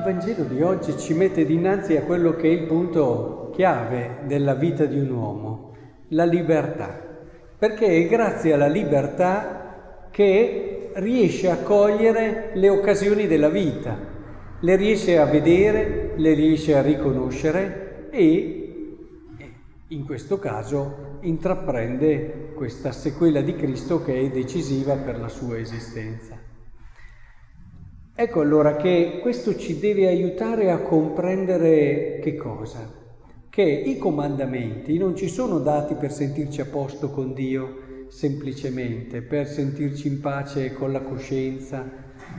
Vangelo di oggi ci mette dinanzi a quello che è il punto chiave della vita di un uomo, la libertà. Perché è grazie alla libertà che riesce a cogliere le occasioni della vita, le riesce a vedere, le riesce a riconoscere e in questo caso intraprende questa sequela di Cristo che è decisiva per la sua esistenza. Ecco allora che questo ci deve aiutare a comprendere che cosa? Che i comandamenti non ci sono dati per sentirci a posto con Dio semplicemente, per sentirci in pace con la coscienza.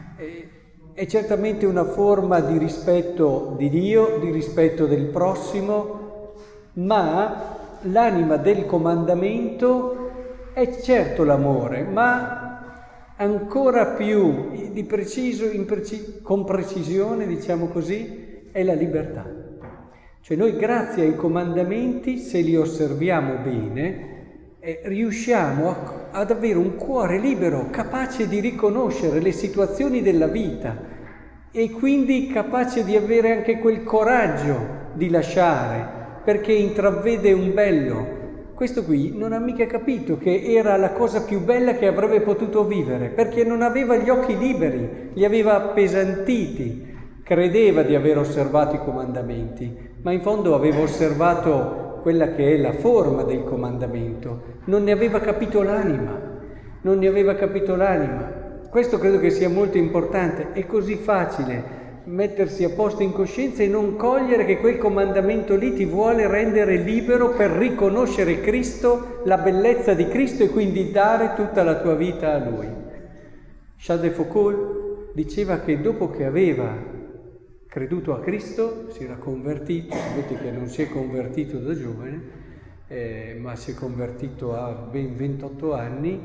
È certamente una forma di rispetto di Dio, di rispetto del prossimo, ma l'anima del comandamento è certo l'amore, ma ancora più di preciso, con precisione, diciamo così, è la libertà. Cioè noi grazie ai comandamenti, se li osserviamo bene, riusciamo ad avere un cuore libero, capace di riconoscere le situazioni della vita e quindi capace di avere anche quel coraggio di lasciare, perché intravede un bello. Questo qui non ha mica capito che era la cosa più bella che avrebbe potuto vivere, perché non aveva gli occhi liberi, li aveva appesantiti. Credeva di aver osservato i comandamenti, ma in fondo aveva osservato quella che è la forma del comandamento. Non ne aveva capito l'anima, non ne aveva capito l'anima. Questo credo che sia molto importante. È così facile mettersi a posto in coscienza e non cogliere che quel comandamento lì ti vuole rendere libero per riconoscere Cristo, la bellezza di Cristo e quindi dare tutta la tua vita a Lui. Charles de Foucault diceva che dopo che aveva creduto a Cristo, si era convertito, sapete che non si è convertito da giovane, ma si è convertito a ben 28 anni,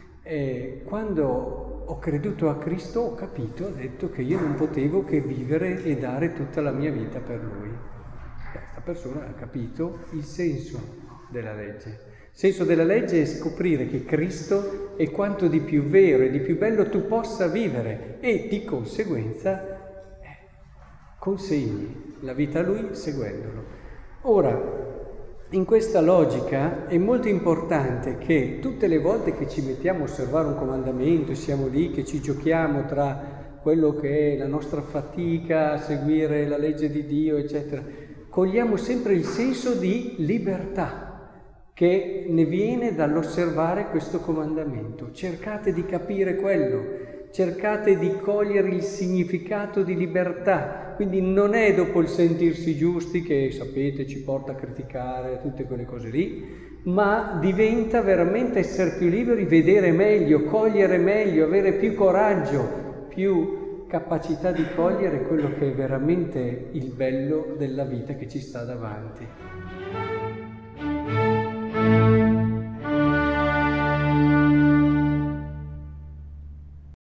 quando ho creduto a Cristo, ho capito, ho detto che io non potevo che vivere e dare tutta la mia vita per Lui. Questa persona ha capito il senso della legge. Il senso della legge è scoprire che Cristo è quanto di più vero e di più bello tu possa vivere e di conseguenza consegni la vita a Lui seguendolo. Ora, in questa logica è molto importante che tutte le volte che ci mettiamo a osservare un comandamento e siamo lì che ci giochiamo tra quello che è la nostra fatica a seguire la legge di Dio, eccetera, cogliamo sempre il senso di libertà che ne viene dall'osservare questo comandamento. Cercate di capire quello. Cercate di cogliere il significato di libertà, quindi non è dopo il sentirsi giusti che, sapete, ci porta a criticare tutte quelle cose lì, ma diventa veramente essere più liberi, vedere meglio, cogliere meglio, avere più coraggio, più capacità di cogliere quello che è veramente il bello della vita che ci sta davanti.